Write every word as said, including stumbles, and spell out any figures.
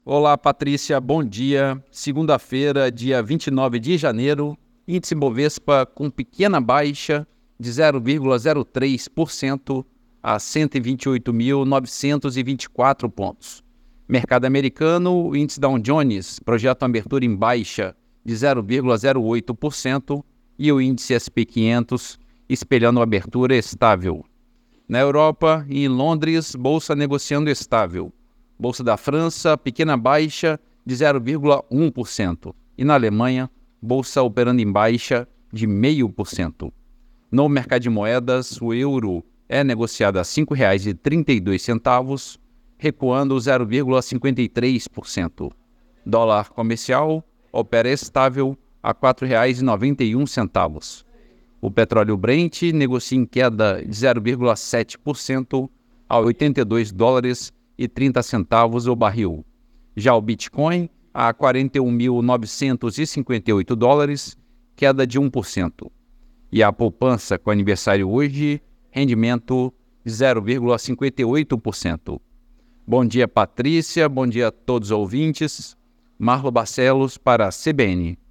Olá, Patrícia, bom dia. Segunda-feira, dia vinte e nove de janeiro, índice Bovespa com pequena baixa de zero vírgula zero três por cento a cento e vinte e oito mil novecentos e vinte e quatro pontos. Mercado americano, o índice Dow Jones projeta uma abertura em baixa de zero vírgula zero oito por cento e o índice S e P quinhentos espelhando uma abertura estável. Na Europa e em Londres, bolsa negociando estável. Bolsa da França, pequena baixa de zero vírgula um por cento. E na Alemanha, bolsa operando em baixa de zero vírgula cinco por cento. No mercado de moedas, o euro é negociado a cinco reais e trinta e dois centavos, recuando zero vírgula cinquenta e três por cento. Dólar comercial opera estável a quatro reais e noventa e um centavos. O petróleo Brent negocia em queda de zero vírgula sete por cento a oitenta e dois dólares e trinta centavos o barril. Já o Bitcoin a quarenta e um mil novecentos e cinquenta e oito dólares, queda de um por cento. E a poupança com aniversário hoje, rendimento de zero vírgula cinquenta e oito por cento. Bom dia, Patrícia, bom dia a todos os ouvintes. Marlo Barcelos para a C B N.